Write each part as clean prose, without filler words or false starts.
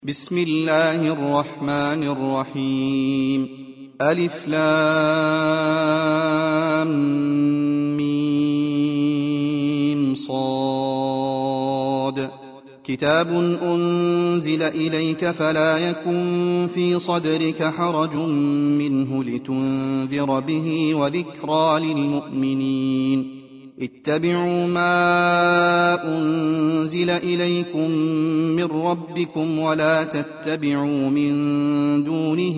بسم الله الرحمن الرحيم. ألف لام ميم صاد. كتاب أنزل إليك فلا يكن في صدرك حرج منه لتنذر به وذكرى للمؤمنين. اتبعوا ما أنزل إليكم من ربكم ولا تتبعوا من دونه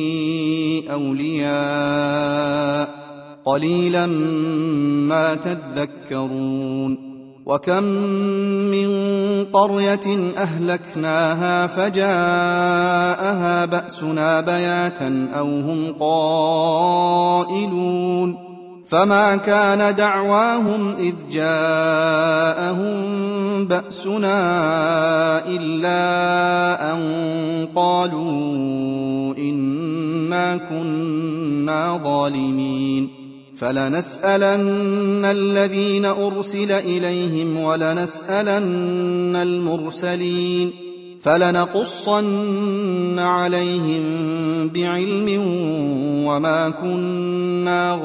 أولياء قليلا ما تذكرون. وكم من قرية أهلكناها فجاءها بأسنا بياتا أو هم قائلون فما كان دعواهم إذ جاءهم بأسنا إلا أن قالوا إنا كنا ظالمين. فلنسألن الذين أرسل إليهم ولنسألن المرسلين فلنقصن عليهم بعلم وما كنا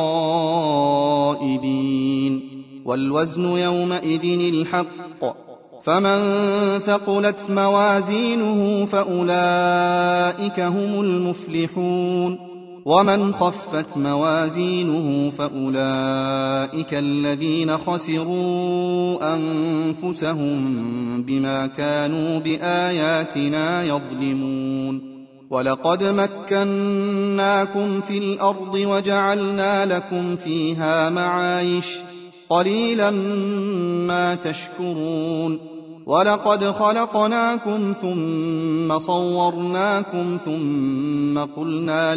غائبين. والوزن يومئذ الحق فمن ثقلت موازينه فأولئك هم المفلحون ومن خفت موازينه فأولئك الذين خسروا أنفسهم بما كانوا بآياتنا يظلمون. ولقد مكناكم في الأرض وجعلنا لكم فيها معايش قليلا ما تشكرون. ولقد خلقناكم ثم صورناكم ثم قلنا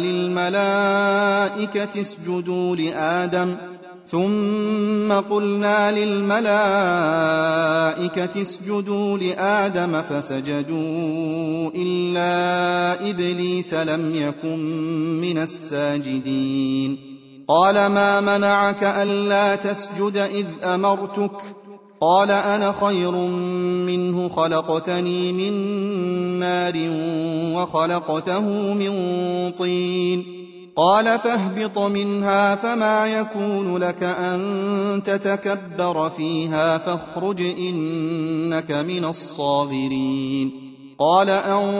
للملائكة اسجدوا لآدم فسجدوا إلا إبليس لم يكن من الساجدين. قال ما منعك ألا تسجد إذ أمرتك؟ قال أنا خير منه خلقتني من نار وخلقته من طين. قال فاهبط منها فما يكون لك أن تتكبر فيها فاخرج إنك من الصاغرين. قال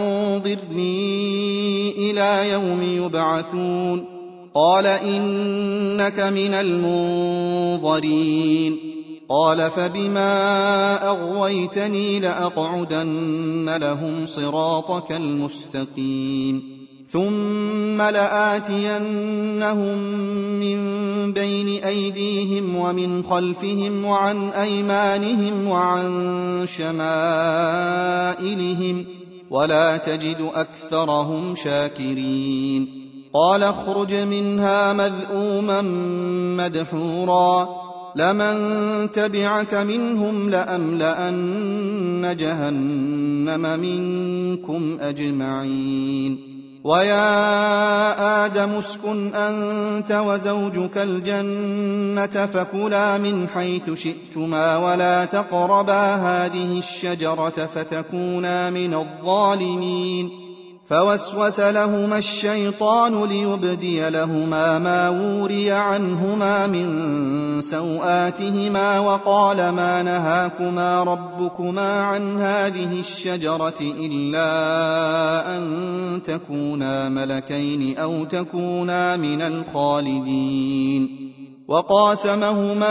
أنظرني إلى يوم يبعثون. قال إنك من المنظرين. قال فبما أغويتني لأقعدن لهم صراطك المستقيم ثم لآتينهم من بين أيديهم ومن خلفهم وعن أيمانهم وعن شمائلهم ولا تجد أكثرهم شاكرين. قال اخرج منها مذءوما مدحورا لمن تبعك منهم لأملأن جهنم منكم أجمعين. ويا آدم اسكن أنت وزوجك الجنة فكلا من حيث شئتما ولا تقربا هذه الشجرة فتكونا من الظالمين. فوسوس لهما الشيطان ليبدي لهما ما وري عنهما من سوآتهما وقال ما نهاكما ربكما عن هذه الشجرة إلا أن تكونا ملكين أو تكونا من الخالدين. وقاسمهما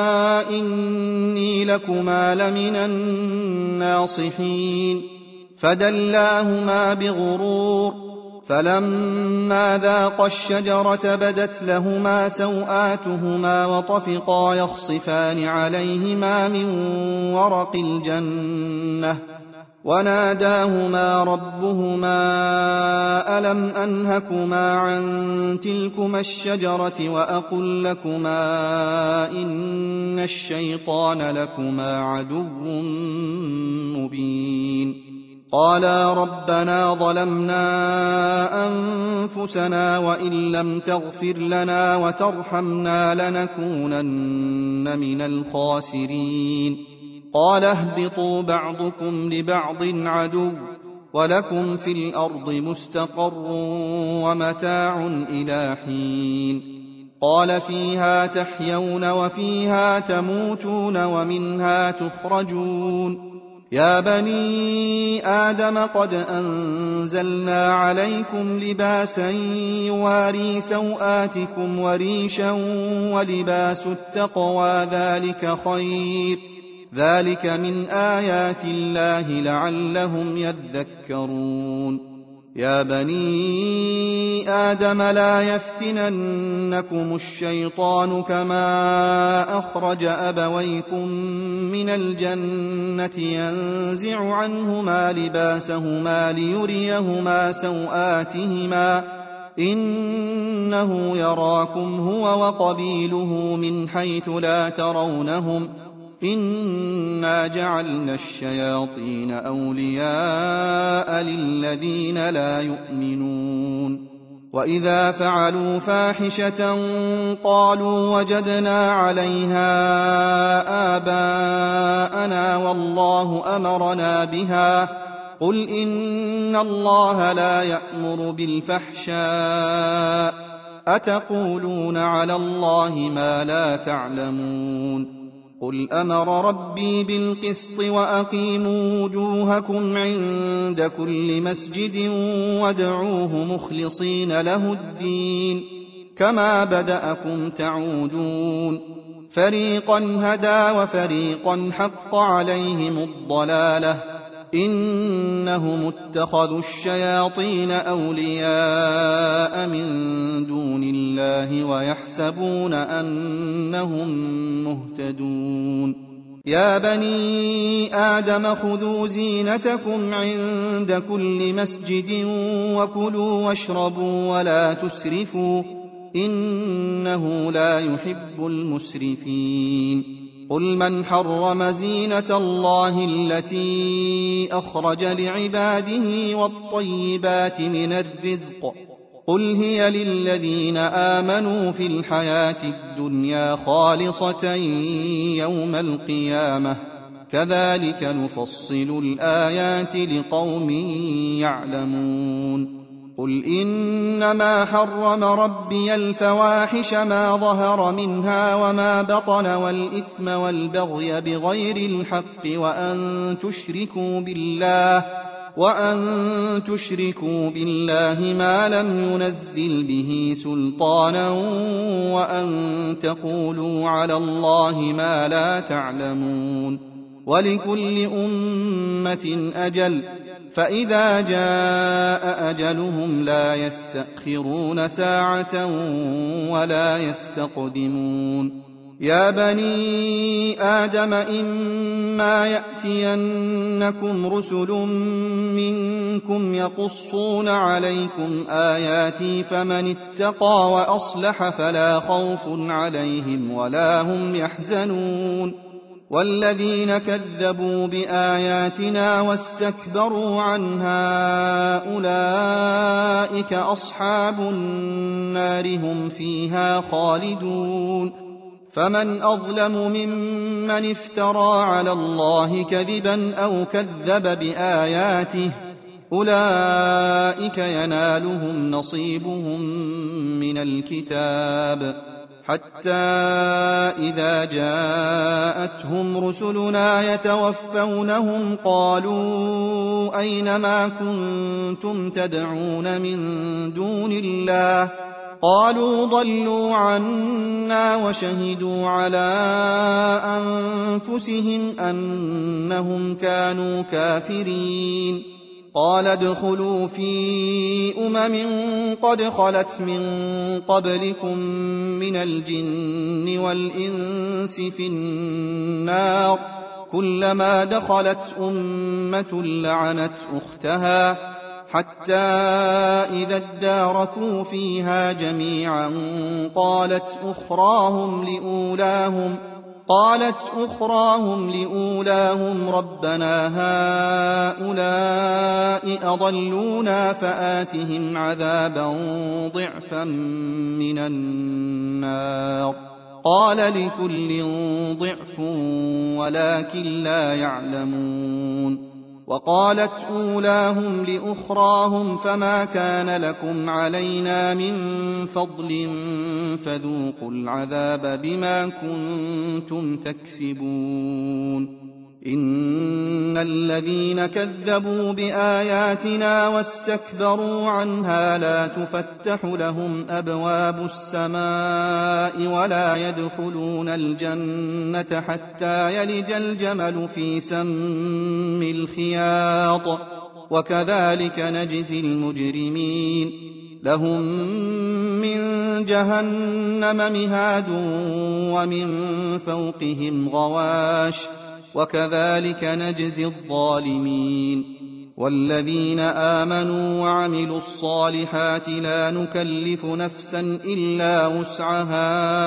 إني لكما لمن الناصحين. فدلاهما بغرور فلما ذاقا الشجرة بدت لهما سوآتهما وطفقا يخصفان عليهما من ورق الجنة وناداهما ربهما ألم أنهكما عن تلكما الشجرة وأقل لكما إن الشيطان لكما عدو مبين. قالا ربنا ظلمنا أنفسنا وإن لم تغفر لنا وترحمنا لنكونن من الخاسرين. قال اهبطوا بعضكم لبعض عدو ولكم في الأرض مستقر ومتاع إلى حين قال فيها تحيون وفيها تموتون ومنها تخرجون يا بني آدم قد أنزلنا عليكم لباسا يواري سوآتكم وريشا ولباس التقوى ذلك خير ذلك من آيات الله لعلهم يذكرون يا بني آدم لا يفتننكم الشيطان كما أخرج أبويكم من الجنة ينزع عنهما لباسهما ليريهما سوآتهما إنه يراكم هو وقبيله من حيث لا ترونهم إنا جعلنا الشياطين أولياء للذين لا يؤمنون وإذا فعلوا فاحشة قالوا وجدنا عليها آباءنا والله أمرنا بها قل إن الله لا يأمر بالفحشاء أتقولون على الله ما لا تعلمون قل أمر ربي بالقسط وأقيموا وجوهكم عند كل مسجد وادعوه مخلصين له الدين كما بدأكم تعودون فريقا هدى وفريقا حق عليهم الضلالة إنهم اتخذوا الشياطين أولياء من دون الله ويحسبون أنهم مهتدون يا بني آدم خذوا زينتكم عند كل مسجد وكلوا واشربوا ولا تسرفوا إنه لا يحب المسرفين قل من حرم زينة الله التي أخرج لعباده والطيبات من الرزق قل هي للذين آمنوا في الحياة الدنيا خالصة يوم القيامة كذلك نفصل الآيات لقوم يعلمون قل إنما حرم ربي الفواحش ما ظهر منها وما بطن والإثم والبغي بغير الحق وأن تشركوا بالله ما لم ينزل به سلطانا وأن تقولوا على الله ما لا تعلمون ولكل أمة أجل فإذا جاء أجلهم لا يستأخرون ساعة ولا يستقدمون يا بني آدم إما يأتينكم رسل منكم يقصون عليكم آياتي فمن اتقى وأصلح فلا خوف عليهم ولا هم يحزنون والذين كذبوا بآياتنا واستكبروا عنها أولئك أصحاب النار هم فيها خالدون فمن أظلم ممن افترى على الله كذبا أو كذب بآياته أولئك ينالهم نصيبهم من الكتاب حتى إذا جاءتهم رسلنا يتوفونهم قالوا أين ما كنتم تدعون من دون الله قالوا ضلوا عنا وشهدوا على أنفسهم أنهم كانوا كافرين قال ادخلوا في قد خلت من قبلكم من الجن والإنس في النار كلما دخلت أمة لعنت أختها حتى إذا اداركوا فيها جميعا قالت أخراهم لأولاهم ربنا هؤلاء أضلونا فآتهم عذابا ضعفا من النار قال لكل ضعف ولكن لا يعلمون وقالت أولاهم لأخراهم فما كان لكم علينا من فضل فذوقوا العذاب بما كنتم تكسبون إن الذين كذبوا بآياتنا واستكبروا عنها لا تفتح لهم أبواب السماء ولا يدخلون الجنة حتى يلج الجمل في سم الخياط وكذلك نجزي المجرمين لهم من جهنم مهاد ومن فوقهم غواش وكذلك نجزي الظالمين والذين آمنوا وعملوا الصالحات لا نكلف نفسا إلا وسعها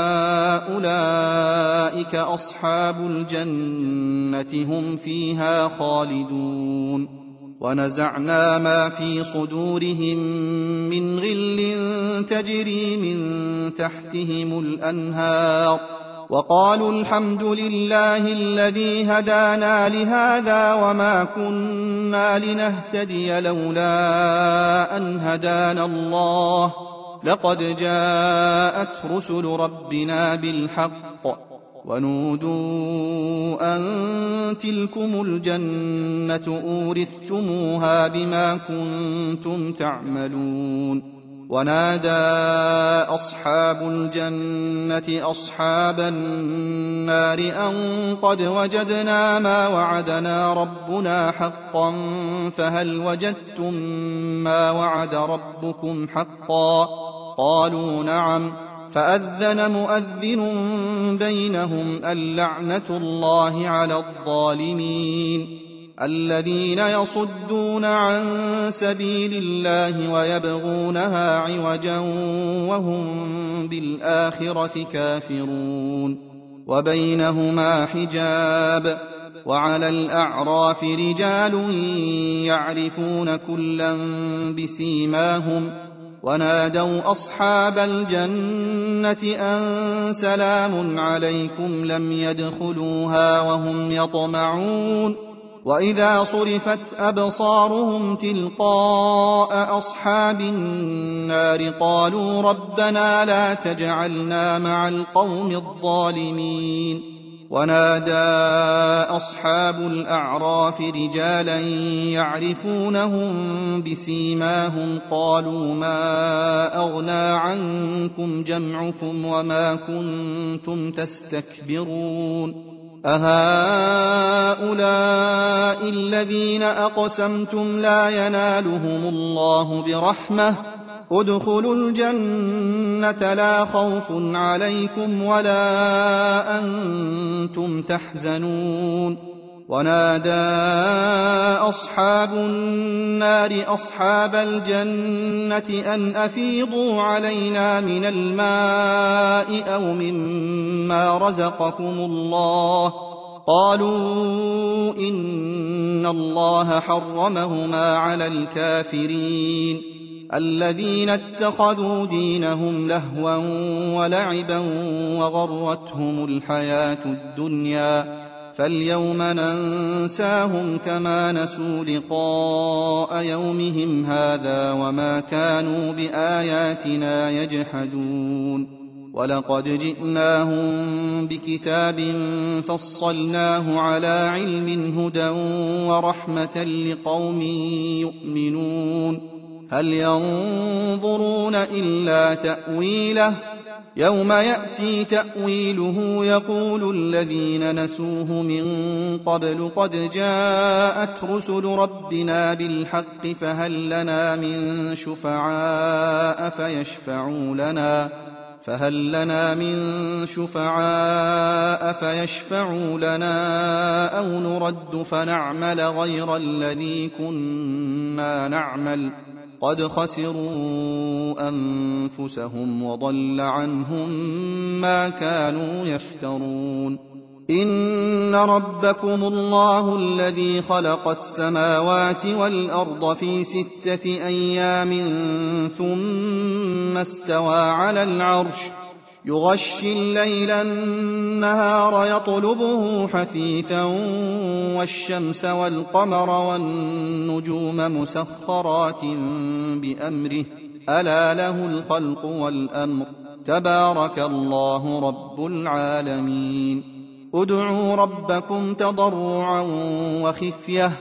أولئك أصحاب الجنة هم فيها خالدون ونزعنا ما في صدورهم من غل تجري من تحتهم الأنهار وقالوا الحمد لله الذي هدانا لهذا وما كنا لنهتدي لولا أن هدانا الله لقد جاءت رسل ربنا بالحق ونودوا أن تلكم الجنة أورثتموها بما كنتم تعملون ونادى أصحاب الجنة أصحاب النار أن قد وجدنا ما وعدنا ربنا حقا فهل وجدتم ما وعد ربكم حقا قالوا نعم فأذن مؤذن بينهم اللعنة الله على الظالمين الذين يصدون عن سبيل الله ويبغونها عوجا وهم بالآخرة كافرون وبينهما حجاب وعلى الأعراف رجال يعرفون كلا بسيماهم ونادوا أصحاب الجنة أن سلام عليكم لم يدخلوها وهم يطمعون وإذا صرفت أبصارهم تلقاء أصحاب النار قالوا ربنا لا تجعلنا مع القوم الظالمين ونادى أصحاب الأعراف رجالا يعرفونهم بسيماهم قالوا ما أغنى عنكم جمعكم وما كنتم تستكبرون أهؤلاء الذين أقسمتم لا ينالهم الله برحمة ادخلوا الجنة لا خوف عليكم ولا أنتم تحزنون ونادى أصحاب النار أصحاب الجنة أن أفيضوا علينا من الماء أو مما رزقكم الله قالوا إن الله حرمهما على الكافرين الذين اتخذوا دينهم لهوا ولعبا وغرتهم الحياة الدنيا فاليوم ننساهم كما نسوا لقاء يومهم هذا وما كانوا بآياتنا يجحدون ولقد جئناهم بكتاب فصلناه على علم هدى ورحمة لقوم يؤمنون هل ينظرون إلا تأويله يوم يأتي تأويله يقول الذين نسوه من قبل قد جاءت رسل ربنا بالحق فهل لنا من شفعاء فيشفعوا لنا أو نرد فنعمل غير الذي كنا نعمل قد خسروا أنفسهم وضل عنهم ما كانوا يفترون إن ربكم الله الذي خلق السماوات والأرض في 6 أيام ثم استوى على العرش يغشي الليل النهار يطلبه حثيثا والشمس والقمر والنجوم مسخرات بأمره ألا له الخلق والأمر تبارك الله رب العالمين ادعوا ربكم تضرعا وخفية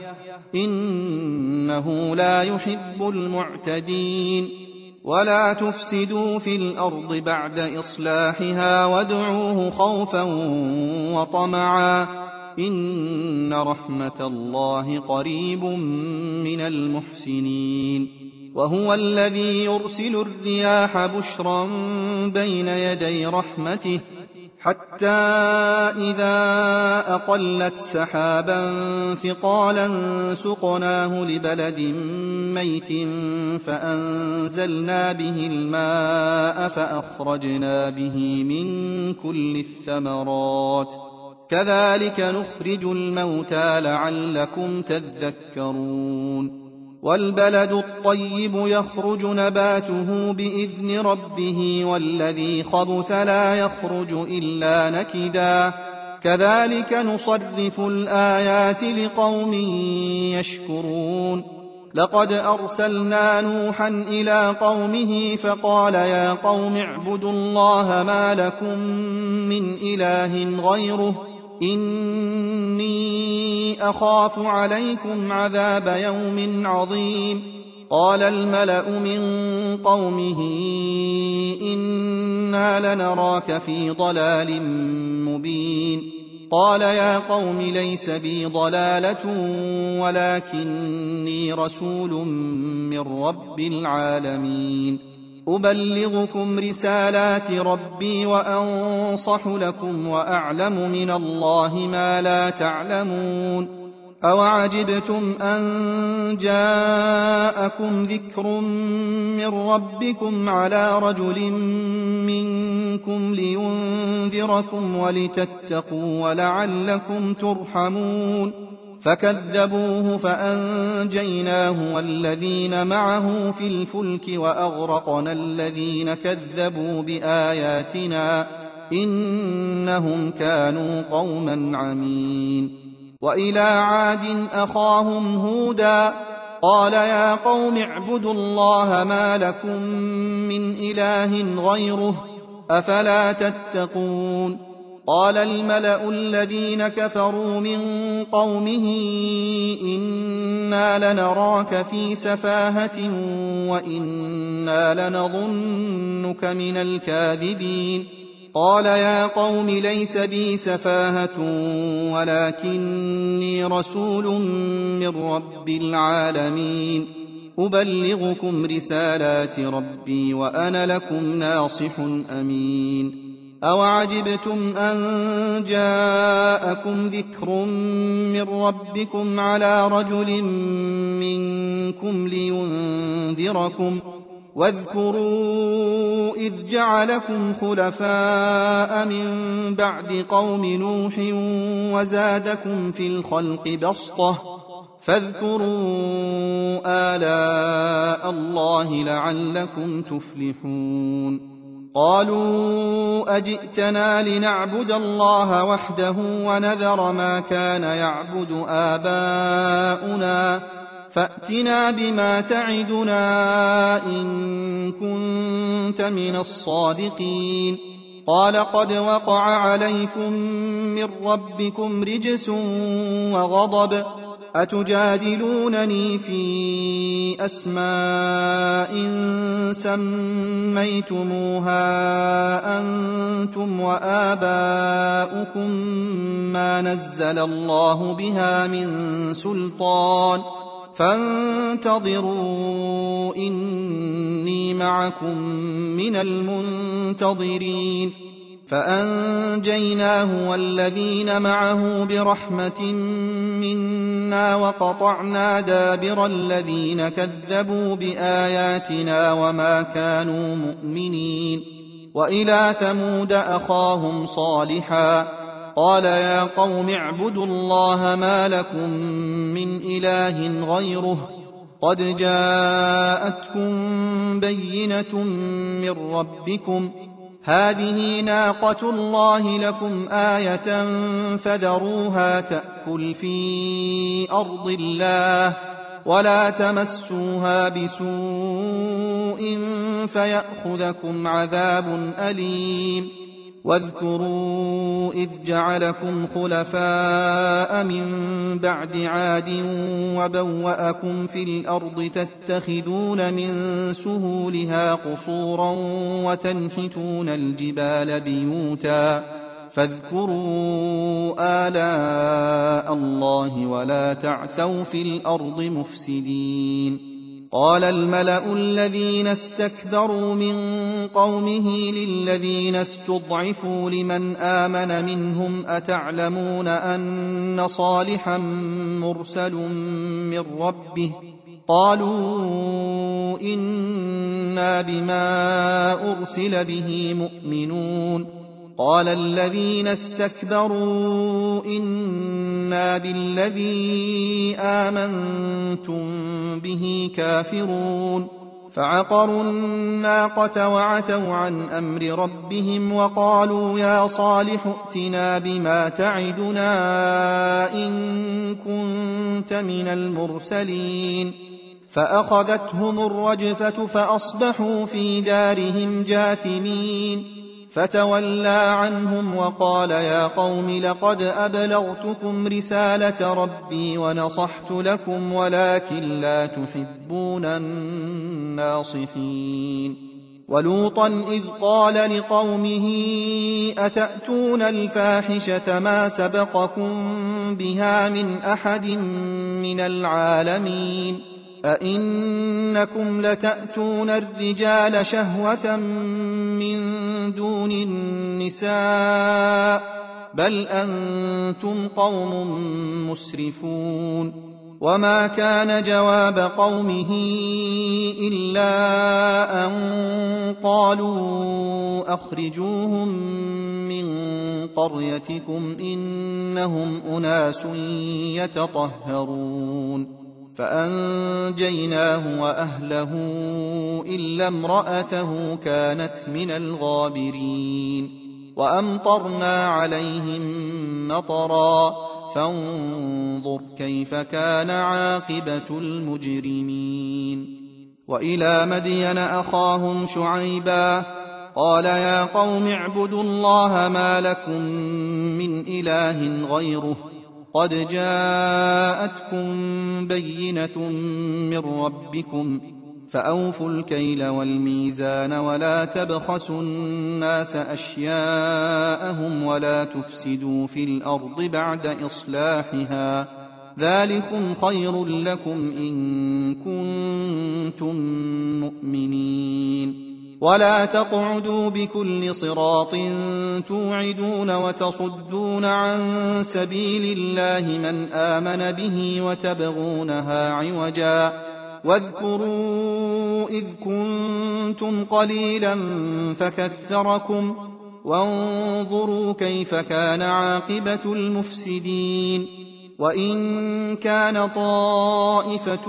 إنه لا يحب المعتدين ولا تفسدوا في الأرض بعد إصلاحها وادعوه خوفا وطمعا إن رحمة الله قريب من المحسنين وهو الذي يرسل الرياح بشرا بين يدي رحمته حتى إذا أقلت سحابا ثقالا سقناه لبلد ميت فأنزلنا به الماء فأخرجنا به من كل الثمرات كذلك نخرج الموتى لعلكم تذكرون والبلد الطيب يخرج نباته بإذن ربه والذي خبث لا يخرج إلا نكدا كذلك نصرف الآيات لقوم يشكرون لقد أرسلنا نوحا إلى قومه فقال يا قوم اعبدوا الله ما لكم من إله غيره إني أخاف عليكم عذاب يوم عظيم قال الملأ من قومه إنا لنراك في ضلال مبين قال يا قوم ليس بي ضلالة ولكني رسول من رب العالمين أبلغكم رسالات ربي وأنصح لكم وأعلم من الله ما لا تعلمون أوعجبتم أن جاءكم ذكر من ربكم على رجل منكم لينذركم ولتتقوا ولعلكم ترحمون فكذبوه فأنجيناه والذين معه في الفلك وأغرقنا الذين كذبوا بآياتنا إنهم كانوا قوما عمين وإلى عاد أخاهم هودا قال يا قوم اعبدوا الله ما لكم من إله غيره أفلا تتقون قال الملأ الذين كفروا من قومه إنا لنراك في سفاهة وإنا لنظنك من الكاذبين قال يا قوم ليس بي سفاهة ولكني رسول من رب العالمين أبلغكم رسالات ربي وأنا لكم ناصح أمين أوعجبتم أن جاءكم ذكر من ربكم على رجل منكم لينذركم واذكروا إذ جعلكم خلفاء من بعد قوم نوح وزادكم في الخلق بسطة فاذكروا آلاء الله لعلكم تفلحون قالوا أجئتنا لنعبد الله وحده ونذر ما كان يعبد آباؤنا فأتنا بما تعدنا إن كنت من الصادقين قال قد وقع عليكم من ربكم رجس وغضب أتجادلونني في أسماء سميتموها أنتم وآباؤكم ما نزل الله بها من سلطان فانتظروا إني معكم من المنتظرين فأنجيناه والذين معه برحمة منا وقطعنا دابر الذين كذبوا بآياتنا وما كانوا مؤمنين وإلى ثمود أخاهم صالحا قال يا قوم اعبدوا الله ما لكم من إله غيره قد جاءتكم بينة من ربكم هذه ناقة الله لكم آية فذروها تأكل في أرض الله ولا تمسوها بسوء فيأخذكم عذاب أليم واذكروا إذ جعلكم خلفاء من بعد عاد وبوأكم في الأرض تتخذون من سهولها قصورا وتنحتون الجبال بيوتا فاذكروا آلاء الله ولا تعثوا في الأرض مفسدين قال الملأ الذين استكبروا من قومه للذين استضعفوا لمن آمن منهم أتعلمون أن صالحا مرسل من ربه قالوا إنا بما أرسل به مؤمنون قال الذين استكبروا إنا بالذي آمنتم به كافرون فعقروا الناقة وعتوا عن أمر ربهم وقالوا يا صالح ائتنا بما تعدنا إن كنت من المرسلين فأخذتهم الرجفة فأصبحوا في دارهم جاثمين فتولى عنهم وقال يا قوم لقد أبلغتكم رسالة ربي ونصحت لكم ولكن لا تحبون الناصحين ولوطا إذ قال لقومه أتأتون الفاحشة ما سبقكم بها من أحد من العالمين أئنكم لتأتون الرجال شهوة من دون النساء بل أنتم قوم مسرفون وما كان جواب قومه إلا أن قالوا أخرجوهم من قريتكم إنهم أناس يتطهرون فأنجيناه وأهله إلا امرأته كانت من الغابرين وأمطرنا عليهم مطرا فانظر كيف كان عاقبة المجرمين وإلى مدين أخاهم شعيبا قال يا قوم اعبدوا الله ما لكم من إله غيره قد جاءتكم بينة من ربكم فأوفوا الكيل والميزان ولا تبخسوا الناس أشياءهم ولا تفسدوا في الأرض بعد إصلاحها ذلكم خير لكم إن كنتم مؤمنين ولا تقعدوا بكل صراط توعدون وتصدون عن سبيل الله من آمن به وتبغونها عوجا واذكروا إذ كنتم قليلا فكثركم وانظروا كيف كان عاقبة المفسدين وإن كان طائفة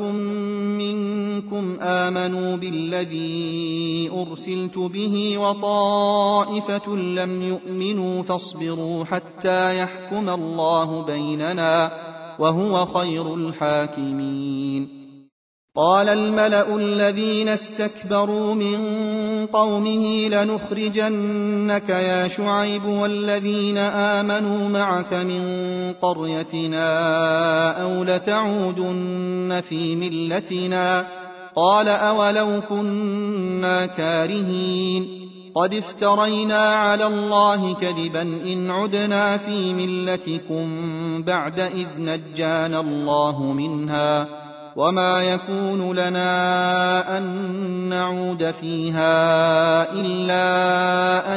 منكم آمنوا بالذي أرسلت به وطائفة لم يؤمنوا فاصبروا حتى يحكم الله بيننا وهو خير الحاكمين قال الملأ الذين استكبروا من قومه لنخرجنك يا شعيب والذين آمنوا معك من قريتنا أو لتعودن في ملتنا قال أولو كنا كارهين قد افترينا على الله كذبا إن عدنا في ملتكم بعد إذ نجانا الله منها وما يكون لنا أن نعود فيها إلا أن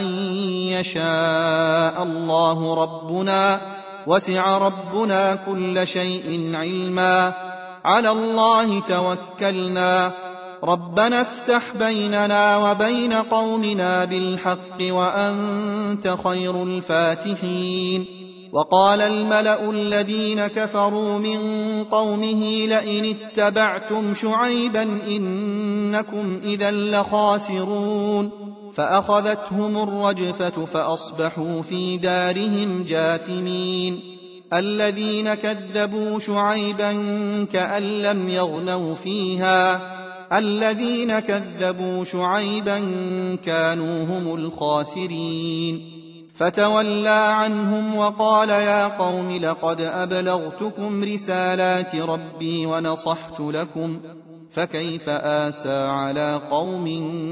يشاء الله ربنا وسع ربنا كل شيء علما على الله توكلنا ربنا افتح بيننا وبين قومنا بالحق وأنت خير الفاتحين وقال الملأ الذين كفروا من قومه لئن اتبعتم شعيبا إنكم إذا لخاسرون فأخذتهم الرجفة فأصبحوا في دارهم جاثمين. الذين كذبوا شعيبا كأن لم يغنوا فيها، الذين كذبوا شعيبا كانوا هم الخاسرين. فتولى عنهم وقال يا قوم لقد أبلغتكم رسالات ربي ونصحت لكم، فكيف آسى على قوم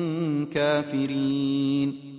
كافرين.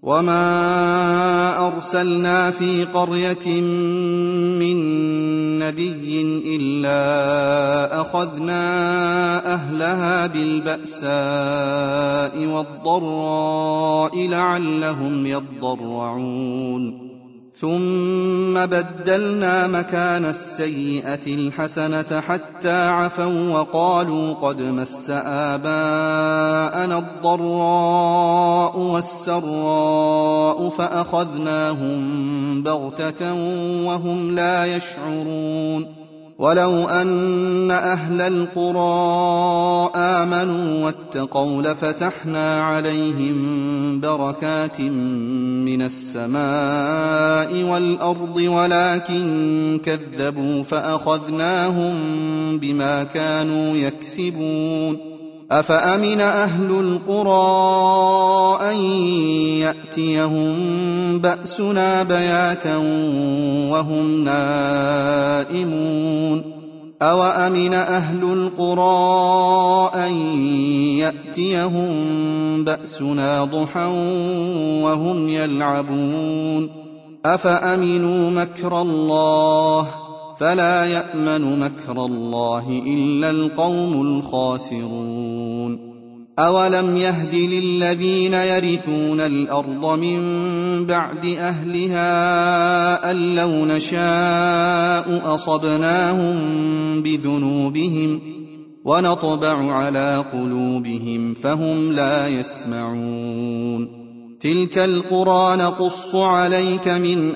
وما أرسلنا في قرية من نبي إلا أخذنا أهلها بالبأساء والضراء لعلهم يضرعون. ثم بدلنا مكان السيئة الحسنة حتى عفوا وقالوا قد مس آباءنا الضراء والسراء فأخذناهم بغتة وهم لا يشعرون. ولو أن أهل القرى آمنوا واتقوا لفتحنا عليهم بركات من السماء والأرض ولكن كذبوا فأخذناهم بما كانوا يكسبون. أفأمن أهل القرى أن يأتيهم بأسنا بياتا وهم نائمون. أوأمن أهل القرى أن يأتيهم بأسنا ضحى وهم يلعبون. أفأمنوا مكر الله فلا يأمن مكر الله إلا القوم الخاسرون. أولم يهد للذين يرثون الأرض من بعد أهلها أن لو نشاء أصبناهم بذنوبهم ونطبع على قلوبهم فهم لا يسمعون. تلك القرى نقص عليك من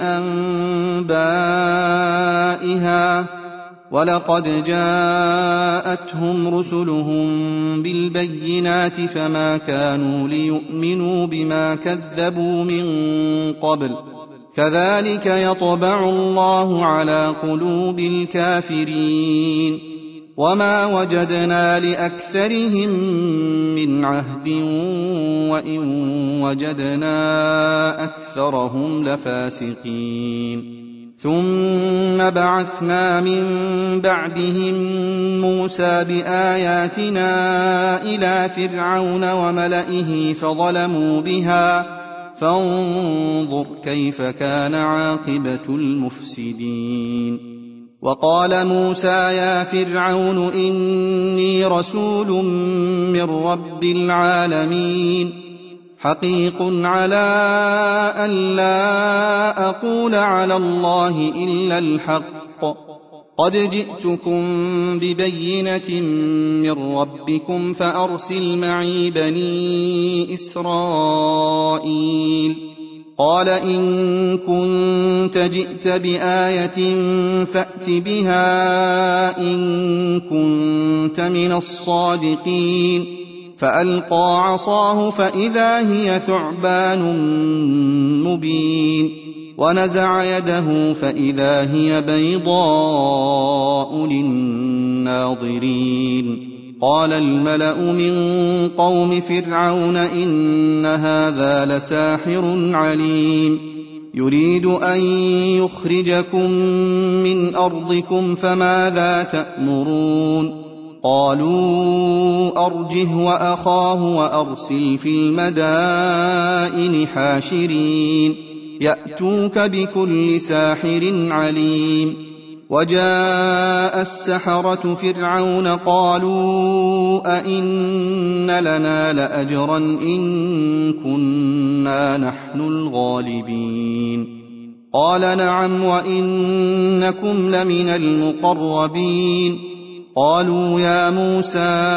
أنبائها ولقد جاءتهم رسلهم بالبينات فما كانوا ليؤمنوا بما كذبوا من قبل كذلك يطبع الله على قلوب الكافرين. وما وجدنا لأكثرهم من عهد وإن وجدنا أكثرهم لفاسقين. ثم بعثنا من بعدهم موسى بآياتنا إلى فرعون وملئه فظلموا بها فانظر كيف كان عاقبة المفسدين. وقال موسى يا فرعون إني رسول من رب العالمين حقيق على أن لا أقول على الله إلا الحق قد جئتكم ببينة من ربكم فأرسل معي بني إسرائيل. قال إن كنت جئت بآية فأت بها إن كنت من الصادقين. فألقى عصاه فإذا هي ثعبان مبين ونزع يده فإذا هي بيضاء للناظرين. قال الملأ من قوم فرعون إن هذا لساحر عليم يريد أن يخرجكم من أرضكم فماذا تأمرون. قالوا أرجه وأخاه وأرسل في المدائن حاشرين يأتوك بكل ساحر عليم. وجاء السحرة فرعون قالوا أئن لنا لأجرا إن كنا نحن الغالبين. قال نعم وإنكم لمن المقربين. قالوا يا موسى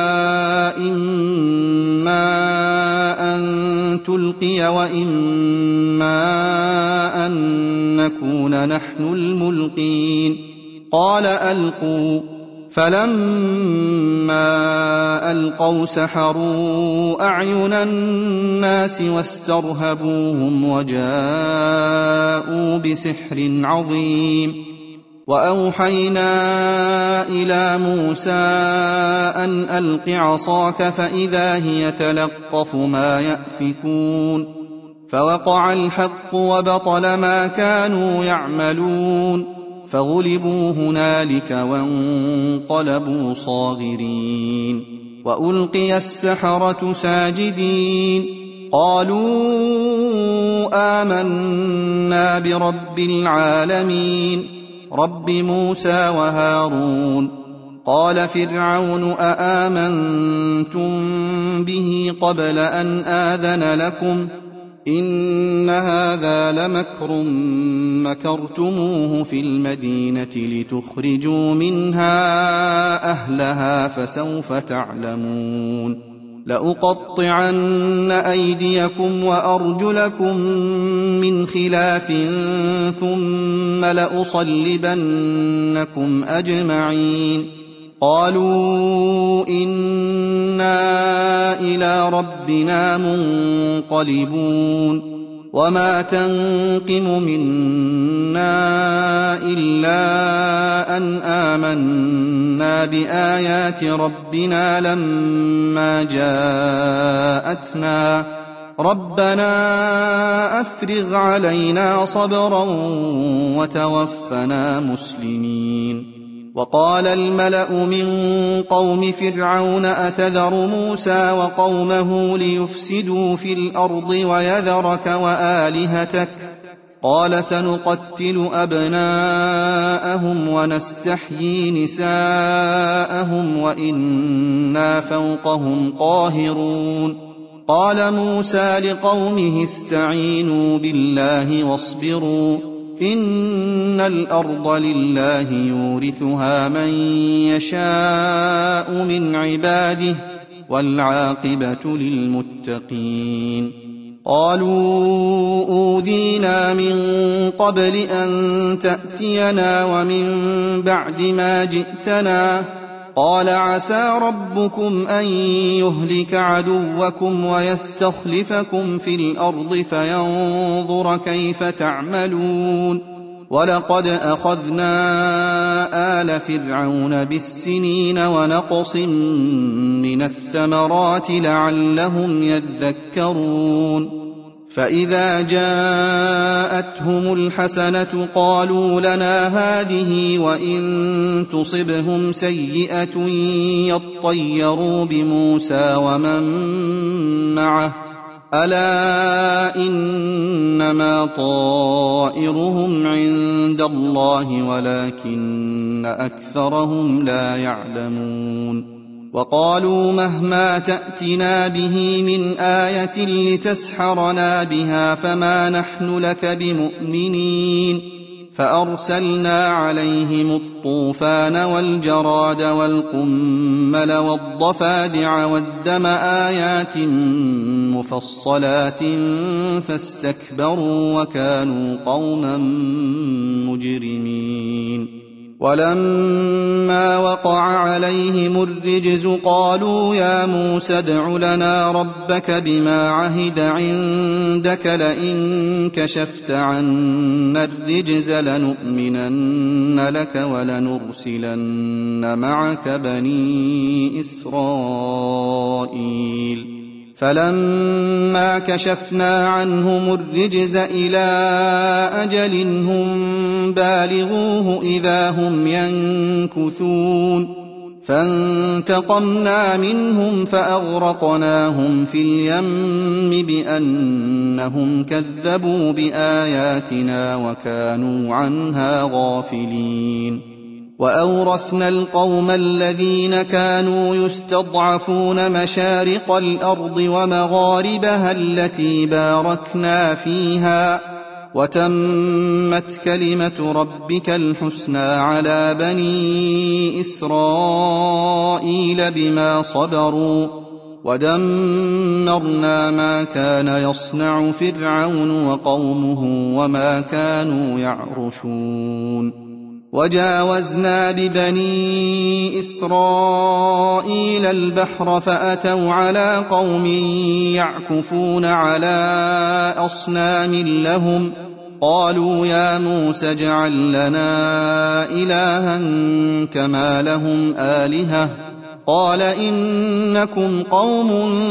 إما أن تلقي وإما أن نكون نحن الملقين. قال ألقوا فلما ألقوا سحروا أعين الناس واسترهبوهم وجاءوا بسحر عظيم. وأوحينا إلى موسى أن ألق عصاك فإذا هي تلقف ما يأفكون فوقع الحق وبطل ما كانوا يعملون فغلبوا هنالك وانقلبوا صاغرين. وألقي السحرة ساجدين قالوا آمنا برب العالمين رب موسى وهارون. قال فرعون أآمنتم به قبل أن آذن لكم إن هذا لمكر مكرتموه في المدينة لتخرجوا منها أهلها فسوف تعلمون. لأقطعن أيديكم وأرجلكم من خلاف ثم لأصلبنكم أجمعين. قالوا إنا إلى ربنا منقلبون. وما تنقم منا إلا أن آمنا بآيات ربنا لما جاءتنا ربنا أفرغ علينا صبرا وتوفنا مسلمين. وقال الملأ من قوم فرعون أتذر موسى وقومه ليفسدوا في الأرض ويذرك وآلهتك قال سنقتل أبناءهم ونستحيي نساءهم وإنا فوقهم قاهرون. قال موسى لقومه استعينوا بالله واصبروا إن الأرض لله يورثها من يشاء من عباده والعاقبة للمتقين. قالوا أوذينا من قبل أن تأتينا ومن بعد ما جئتنا قال عسى ربكم أن يهلك عدوكم ويستخلفكم في الأرض فينظر كيف تعملون. ولقد أخذنا آل فرعون بالسنين ونقص من الثمرات لعلهم يذكرون. فإذا جاءتهم الحسنة قالوا لنا هذه وإن تصبهم سيئة يطيروا بموسى ومن معه ألا إنما طائرهم عند الله ولكن أكثرهم لا يعلمون. وقالوا مهما تأتنا به من آية لتسحرنا بها فما نحن لك بمؤمنين. فأرسلنا عليهم الطوفان والجراد والقمل والضفادع والدم آيات مفصلات فاستكبروا وكانوا قوما مجرمين. ولما وقع عليهم الرجز قالوا يا موسى ادع لنا ربك بما عهد عندك لئن كشفت عنا الرجز لنؤمنن لك ولنرسلن معك بني إسرائيل. فلما كشفنا عنهم الرجز إلى أجل هم بالغوه إذا هم ينكثون. فانتقمنا منهم فأغرقناهم في اليم بأنهم كذبوا بآياتنا وكانوا عنها غافلين. وأورثنا القوم الذين كانوا يستضعفون مشارق الأرض ومغاربها التي باركنا فيها وتمت كلمة ربك الحسنى على بني إسرائيل بما صبروا ودمرنا ما كان يصنع فرعون وقومه وما كانوا يعرشون. وجاوزنا ببني إسرائيل البحر فأتوا على قوم يعكفون على أصنام لهم قالوا يا موسى اجعل لنا إلها كما لهم آلهة قال إنكم قوم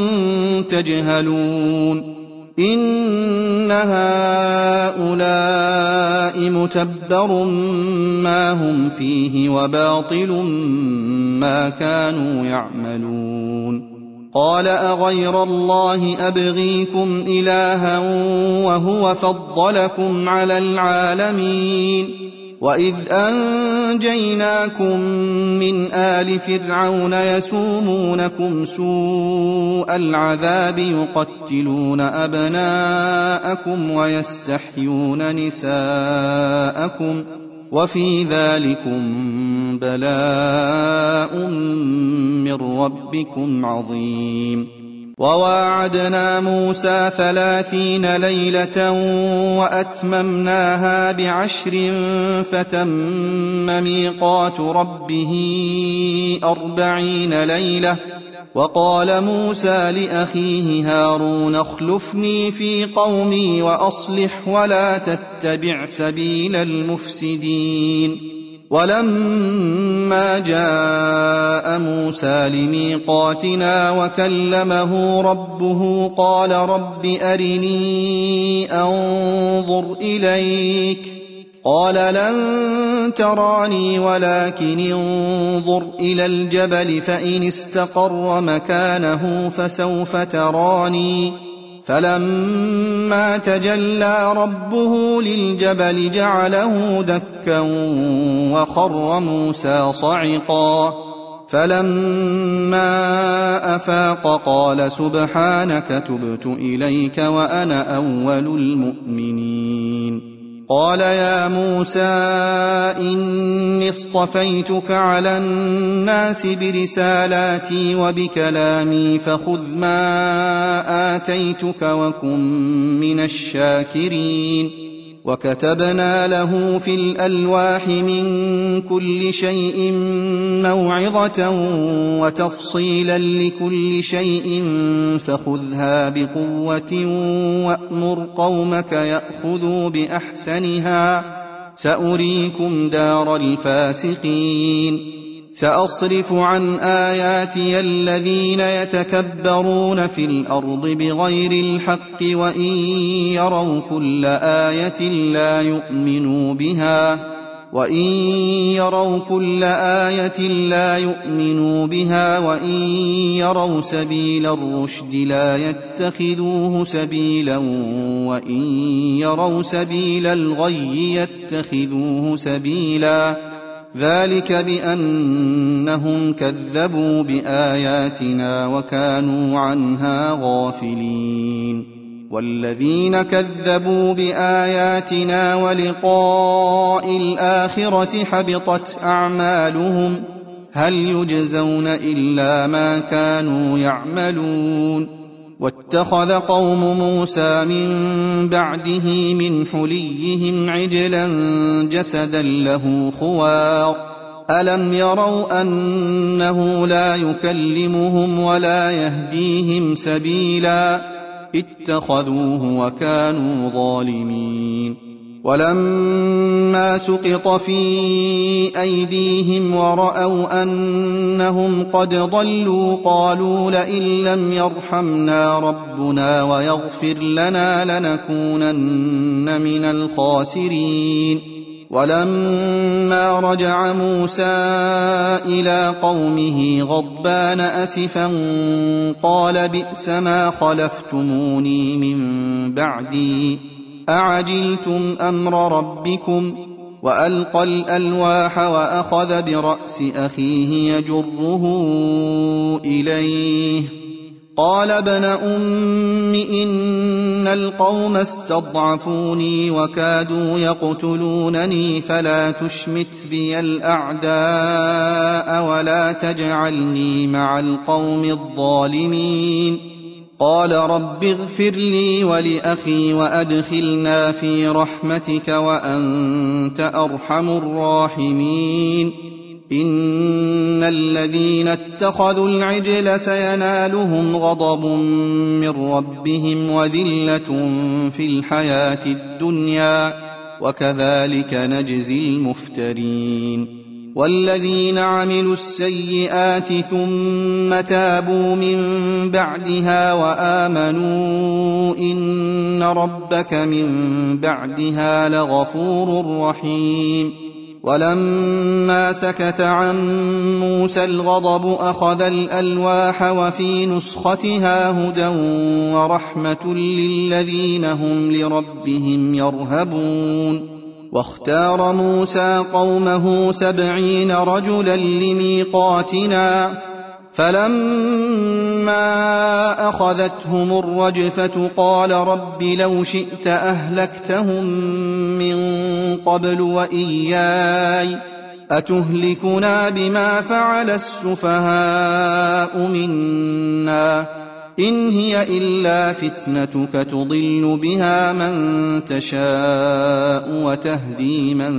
تجهلون إن هؤلاء متبر ما هم فيه وباطل ما كانوا يعملون قال أغير الله أبغيكم إلها وهو فضلكم على العالمين وإذ أنجيناكم من آل فرعون يسومونكم سوء العذاب يقتلون أبناءكم ويستحيون نساءكم وفي ذلكم بلاء من ربكم عظيم وواعدنا موسى 30 ليلة وأتممناها ب10 فتم ميقات ربه 40 ليلة وقال موسى لأخيه هارون اخلفني في قومي وأصلح ولا تتبع سبيل المفسدين ولما جاء موسى لميقاتنا وكلمه ربه قال رب أرني أنظر إليك قال لن تراني ولكن انظر إلى الجبل فإن استقر مكانه فسوف تراني فلما تجلى ربه للجبل جعله دكا وخر موسى صعقا فلما أفاق قال سبحانك تبت إليك وأنا أول المؤمنين قال يا موسى إني اصطفيتك على الناس برسالاتي وبكلامي فخذ ما آتيتك وكن من الشاكرين وكتبنا له في الألواح من كل شيء موعظة وتفصيلا لكل شيء فخذها بقوة وأمر قومك يأخذوا بأحسنها سأريكم دار الفاسقين سأصرف عن آياتي الذين يتكبرون في الأرض بغير الحق وإن يروا كل آية لا يؤمنوا بها وإن يروا سبيل الرشد لا يتخذوه سبيلا وإن يروا سبيل الغي يتخذوه سبيلا ذلك بأنهم كذبوا بآياتنا وكانوا عنها غافلين والذين كذبوا بآياتنا ولقاء الآخرة حبطت أعمالهم هل يجزون إلا ما كانوا يعملون واتخذ قوم موسى من بعده من حليهم عجلا جسدا له خوار ألم يروا أنه لا يكلمهم ولا يهديهم سبيلا اتخذوه وكانوا ظالمين ولما سقط في أيديهم ورأوا أنهم قد ضلوا قالوا لئن لم يرحمنا ربنا ويغفر لنا لنكونن من الخاسرين ولما رجع موسى إلى قومه غضبان أسفا قال بئس ما خلفتموني من بعدي أعجلتم أمر ربكم وألقى الألواح وأخذ برأس أخيه يجره إليه قال ابن أم إن القوم استضعفوني وكادوا يقتلونني فلا تشمت بي الأعداء ولا تجعلني مع القوم الظالمين قال رب اغفر لي ولأخي وأدخلنا في رحمتك وأنت أرحم الراحمين إن الذين اتخذوا العجل سينالهم غضب من ربهم وذلة في الحياة الدنيا وكذلك نجزي المفترين والذين عملوا السيئات ثم تابوا من بعدها وآمنوا إن ربك من بعدها لغفور رحيم ولما سكت عن موسى الغضب أخذ الألواح وفي نسختها هدى ورحمة للذين هم لربهم يرهبون واختار موسى قومه 70 رجلا لميقاتنا فلما أخذتهم الرجفة قال رب لو شئت أهلكتهم من قبل وإياي أتهلكنا بما فعل السفهاء منا إن هي إلا فتنتك تضل بها من تشاء وتهدي من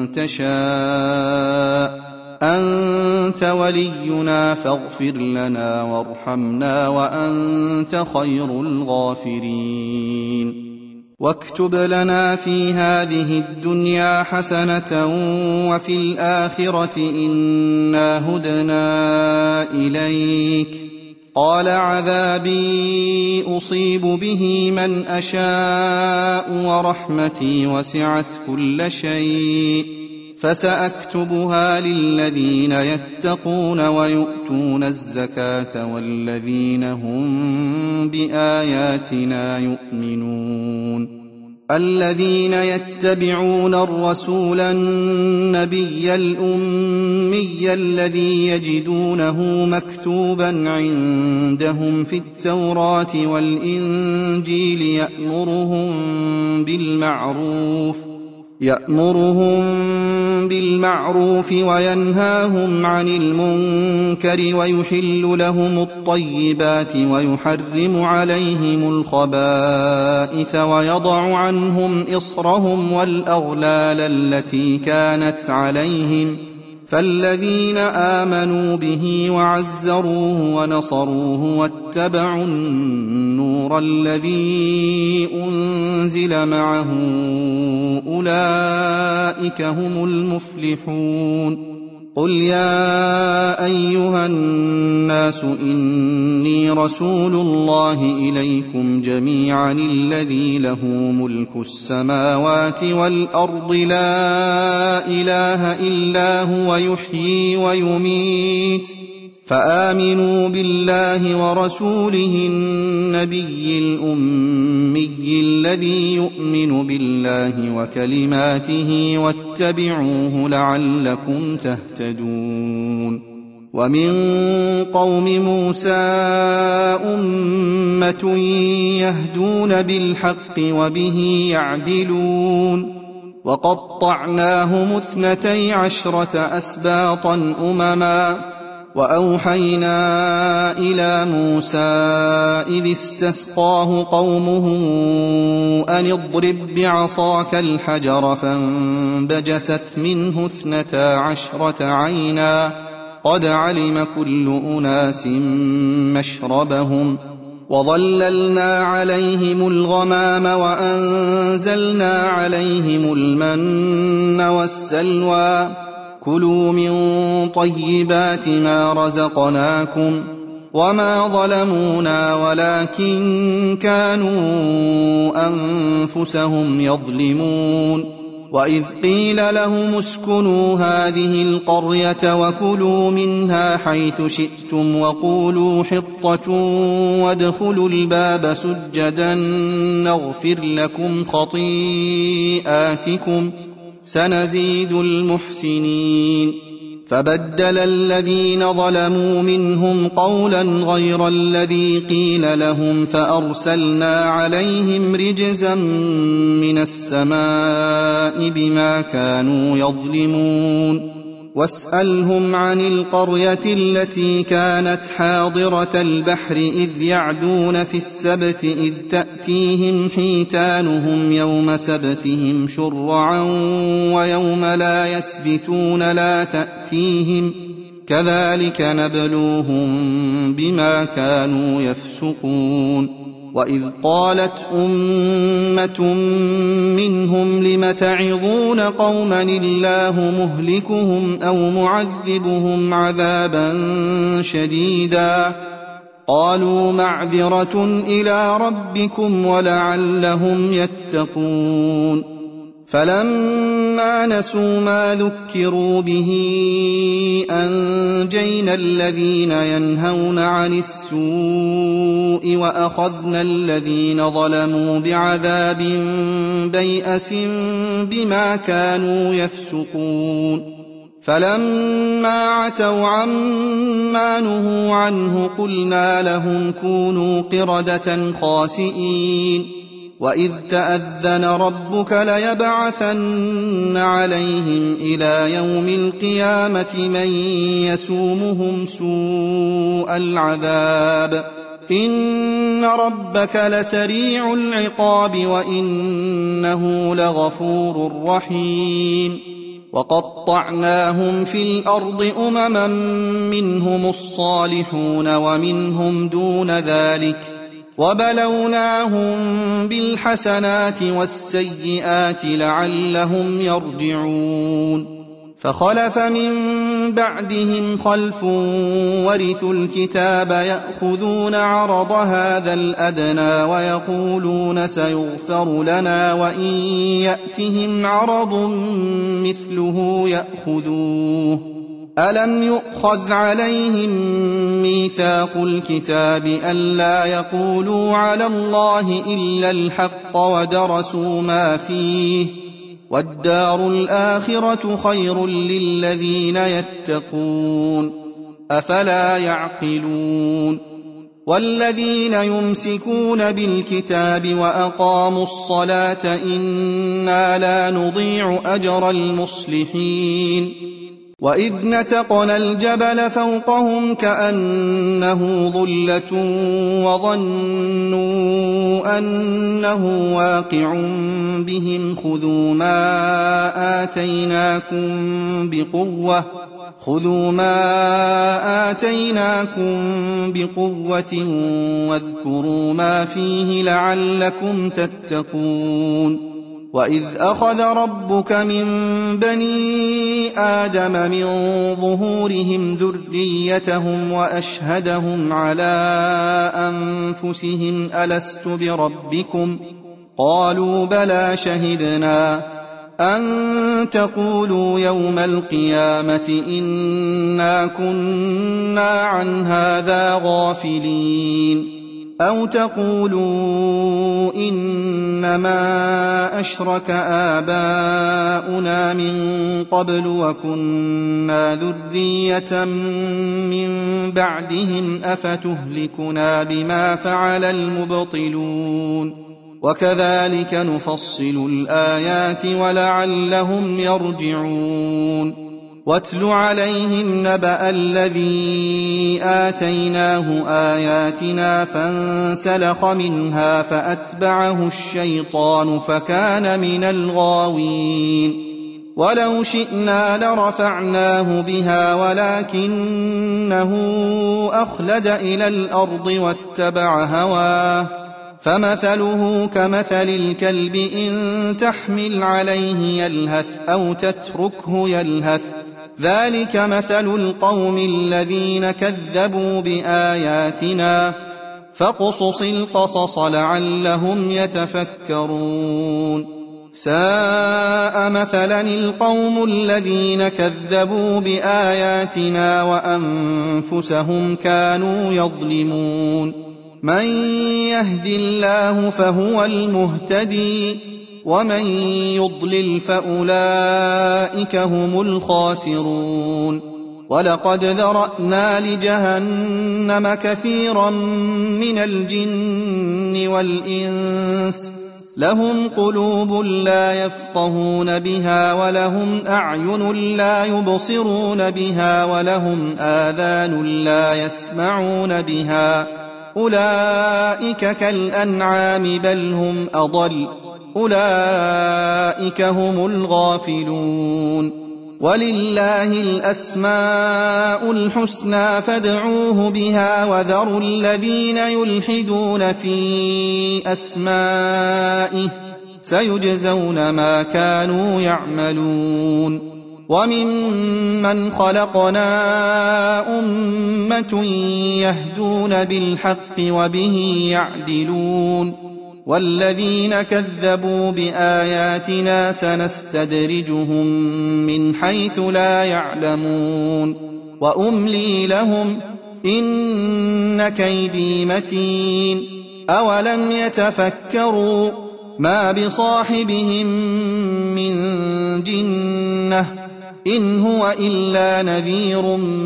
تشاء أنت ولينا فاغفر لنا وارحمنا وأنت خير الغافرين واكتب لنا في هذه الدنيا حسنة وفي الآخرة إنا هدنا إليك قال عذابي أصيب به من أشاء ورحمتي وسعت كل شيء فسأكتبها للذين يتقون ويؤتون الزكاة والذين هم بآياتنا يؤمنون الذين يتبعون الرسول النبي الأمي الذي يجدونه مكتوبا عندهم في التوراة والإنجيل يأمرهم بالمعروف وينهاهم عن المنكر ويحل لهم الطيبات ويحرم عليهم الخبائث ويضع عنهم إصرهم والأغلال التي كانت عليهم فالذين آمنوا به وعزروه ونصروه واتبعوا النور الذي أنزل معه أولئك هم المفلحون قل يا أيها الناس إني رسول الله إليكم جميعا الذي له ملك السماوات والأرض لا إله إلا هو يحيي ويميت فآمنوا بالله ورسوله النبي الأمي الذي يؤمن بالله وكلماته واتبعوه لعلكم تهتدون ومن قوم موسى أمة يهدون بالحق وبه يعدلون وقطعناهم 12 أسباطا أمما وأوحينا إلى موسى إذ استسقاه قومه أن اضرب بعصاك الحجر فانبجست منه 12 عينا قد علم كل أناس مشربهم وظللنا عليهم الغمام وأنزلنا عليهم المن والسلوى كلوا من طيبات ما رزقناكم وما ظلمونا ولكن كانوا أنفسهم يظلمون وإذ قيل لهم اسكنوا هذه القرية وكلوا منها حيث شئتم وقولوا حطة وادخلوا الباب سجدا نغفر لكم خطيئاتكم سنزيد المحسنين فبدل الذين ظلموا منهم قولا غير الذي قيل لهم فأرسلنا عليهم رجزا من السماء بما كانوا يظلمون واسألهم عن القرية التي كانت حاضرة البحر إذ يعدون في السبت إذ تأتيهم حيتانهم يوم سبتهم شرعا ويوم لا يسبتون لا تأتيهم كذلك نبلوهم بما كانوا يفسقون وإذ قالت أمة منهم لم تعظون قوما الله مهلكهم أو معذبهم عذابا شديدا قالوا معذرة إلى ربكم ولعلهم يتقون فلما نسوا ما ذكروا به أنجينا الذين ينهون عن السوء وأخذنا الذين ظلموا بعذاب بيئس بما كانوا يفسقون فلما عتوا عما نهوا عنه قلنا لهم كونوا قردة خاسئين وإذ تأذن ربك ليبعثن عليهم إلى يوم القيامة من يسومهم سوء العذاب إن ربك لسريع العقاب وإنه لغفور رحيم وقطعناهم في الأرض أمما منهم الصالحون ومنهم دون ذلك وبلوناهم بالحسنات والسيئات لعلهم يرجعون فخلف من بعدهم خلف ورثوا الكتاب يأخذون عرض هذا الأدنى ويقولون سيغفر لنا وإن يأتهم عرض مثله يأخذوه ألم يؤخذ عليهم ميثاق الكتاب ألا يقولوا على الله إلا الحق ودرسوا ما فيه والدار الآخرة خير للذين يتقون أفلا يعقلون والذين يمسكون بالكتاب وأقاموا الصلاة إنا لا نضيع أجر المصلحين وإذ نتقنا الجبل فوقهم كأنه ظلة وظنوا أنه واقع بهم خذوا ما آتيناكم بقوة واذكروا ما فيه لعلكم تتقون وإذ أخذ ربك من بني آدم من ظهورهم ذريتهم وأشهدهم على أنفسهم ألست بربكم قالوا بلى شهدنا أن تقولوا يوم القيامة إنا كنا عن هذا غافلين أو تقولوا إنما أشرك آباؤنا من قبل وكنا ذرية من بعدهم أفتهلكنا بما فعل المبطلون وكذلك نفصل الآيات ولعلهم يرجعون واتل عليهم نبأ الذي آتيناه آياتنا فانسلخ منها فأتبعه الشيطان فكان من الغاوين ولو شئنا لرفعناه بها ولكنه أخلد إلى الأرض واتبع هواه فمثله كمثل الكلب إن تحمل عليه يلهث أو تتركه يلهث ذلك مثل القوم الذين كذبوا بآياتنا فاقصص القصص لعلهم يتفكرون ساء مثلا القوم الذين كذبوا بآياتنا وأنفسهم كانوا يظلمون من يهد الله فهو المهتدي ومن يضلل فأولئك هم الخاسرون ولقد ذرأنا لجهنم كثيرا من الجن والإنس لهم قلوب لا يفقهون بها ولهم أعين لا يبصرون بها ولهم آذان لا يسمعون بها أولئك كالأنعام بل هم أضل أولئك هم الغافلون ولله الأسماء الحسنى فادعوه بها وذروا الذين يلحدون في أسمائه سيجزون ما كانوا يعملون وممن خلقنا أمة يهدون بالحق وبه يعدلون والذين كذبوا بآياتنا سنستدرجهم من حيث لا يعلمون وأملي لهم إن كيدي متين أولم يتفكروا ما بصاحبهم من جنة إن هو إلا نذير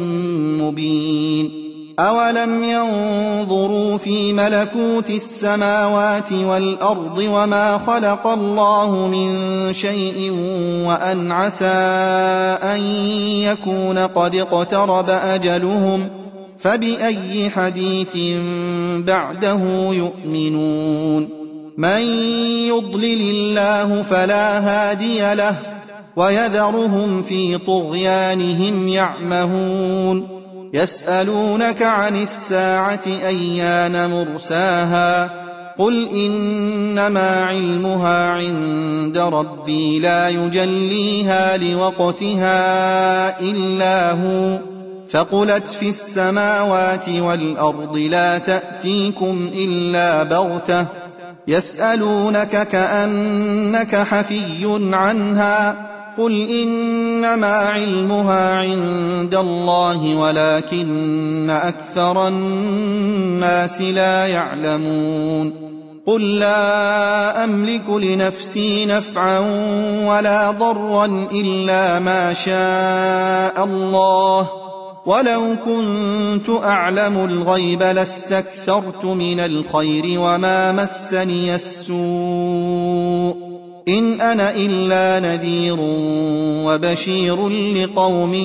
مبين أولم ينظروا في ملكوت السماوات والأرض وما خلق الله من شيء وأن عسى أن يكون قد اقترب أجلهم فبأي حديث بعده يؤمنون من يضلل الله فلا هادي له ويذرهم في طغيانهم يعمهون يسألونك عن الساعة أيان مرساها قل إنما علمها عند ربي لا يجليها لوقتها إلا هو ثقلت في السماوات والأرض لا تأتيكم إلا بغتة يسألونك كأنك حفي عنها قل إنما علمها عند الله ولكن أكثر الناس لا يعلمون قل لا أملك لنفسي نفعا ولا ضرا إلا ما شاء الله ولو كنت أعلم الغيب لاستكثرت من الخير وما مسني السوء إن أنا إلا نذير وبشير لقوم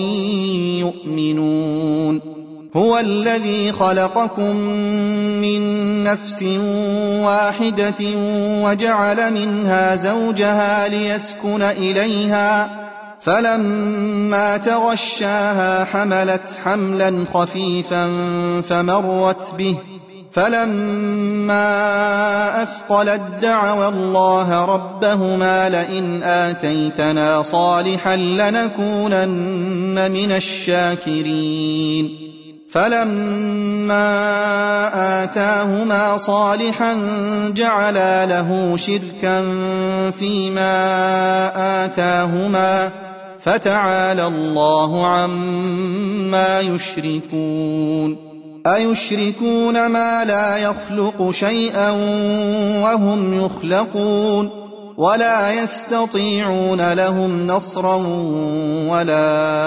يؤمنون هو الذي خلقكم من نفس واحدة وجعل منها زوجها ليسكن إليها فلما تغشاها حملت حملا خفيفا فمرت به فلما أثقلت دعوا الله ربهما لئن آتيتنا صالحا لنكونن من الشاكرين فلما آتاهما صالحا جعلا له شركا فيما آتاهما فتعالى الله عما يشركون أيشركون ما لا يخلق شيئا وهم يخلقون ولا يستطيعون لهم نصرا ولا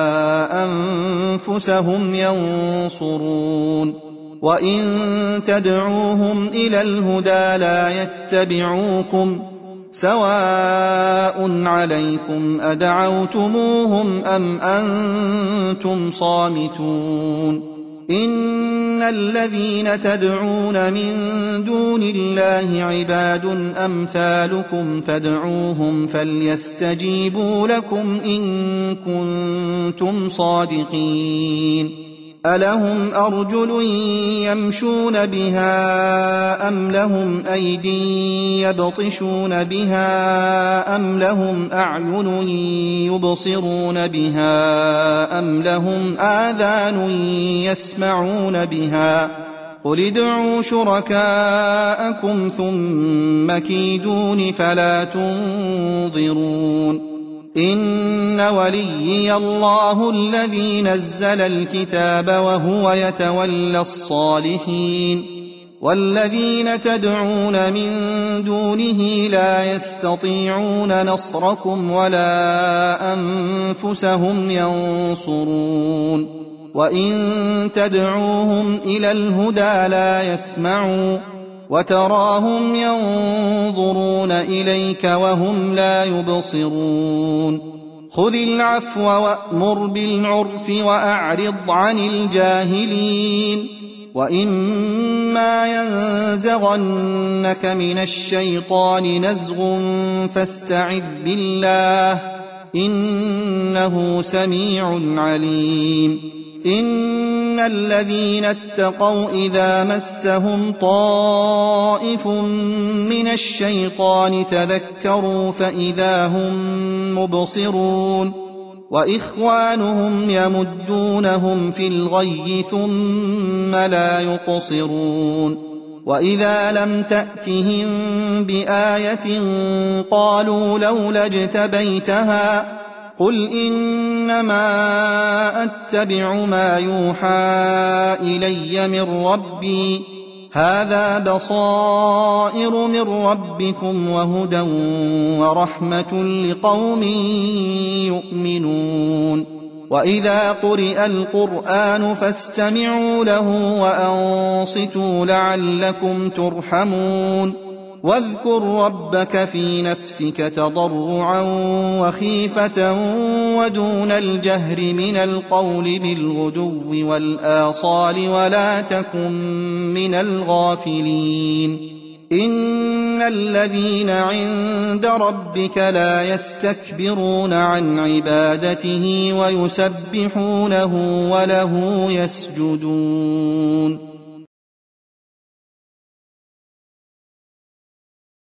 أنفسهم ينصرون وإن تدعوهم إلى الهدى لا يتبعوكم سواء عليكم أدعوتموهم أم أنتم صامتون إن الذين تدعون من دون الله عباد أمثالكم فادعوهم فليستجيبوا لكم إن كنتم صادقين ألهم أرجل يمشون بها أم لهم أيد يبطشون بها أم لهم أعين يبصرون بها أم لهم آذان يسمعون بها قل ادعوا شركاءكم ثم كيدون فلا تنظرون إن وليي الله الذي نزل الكتاب وهو يتولى الصالحين والذين تدعون من دونه لا يستطيعون نصركم ولا أنفسهم ينصرون وإن تدعوهم إلى الهدى لا يسمعوا وتراهم ينظرون إليك وهم لا يبصرون خذ العفو وأمر بالعرف وأعرض عن الجاهلين وإما ينزغنك من الشيطان نزغ فاستعذ بالله إنه سميع عليم إن الذين اتقوا إذا مسهم طائف من الشيطان تذكروا فإذا هم مبصرون وإخوانهم يمدونهم في الغي ثم لا يقصرون وإذا لم تأتهم بآية قالوا لولا اجتبيتها قل إنما أتبع ما يوحى إلي من ربي هذا بصائر من ربكم وهدى ورحمة لقوم يؤمنون وإذا قرئ القرآن فاستمعوا له وأنصتوا لعلكم ترحمون واذكر ربك في نفسك تضرعا وخيفة ودون الجهر من القول بالغدو والآصال ولا تكن من الغافلين إن الذين عند ربك لا يستكبرون عن عبادته ويسبحونه وله يسجدون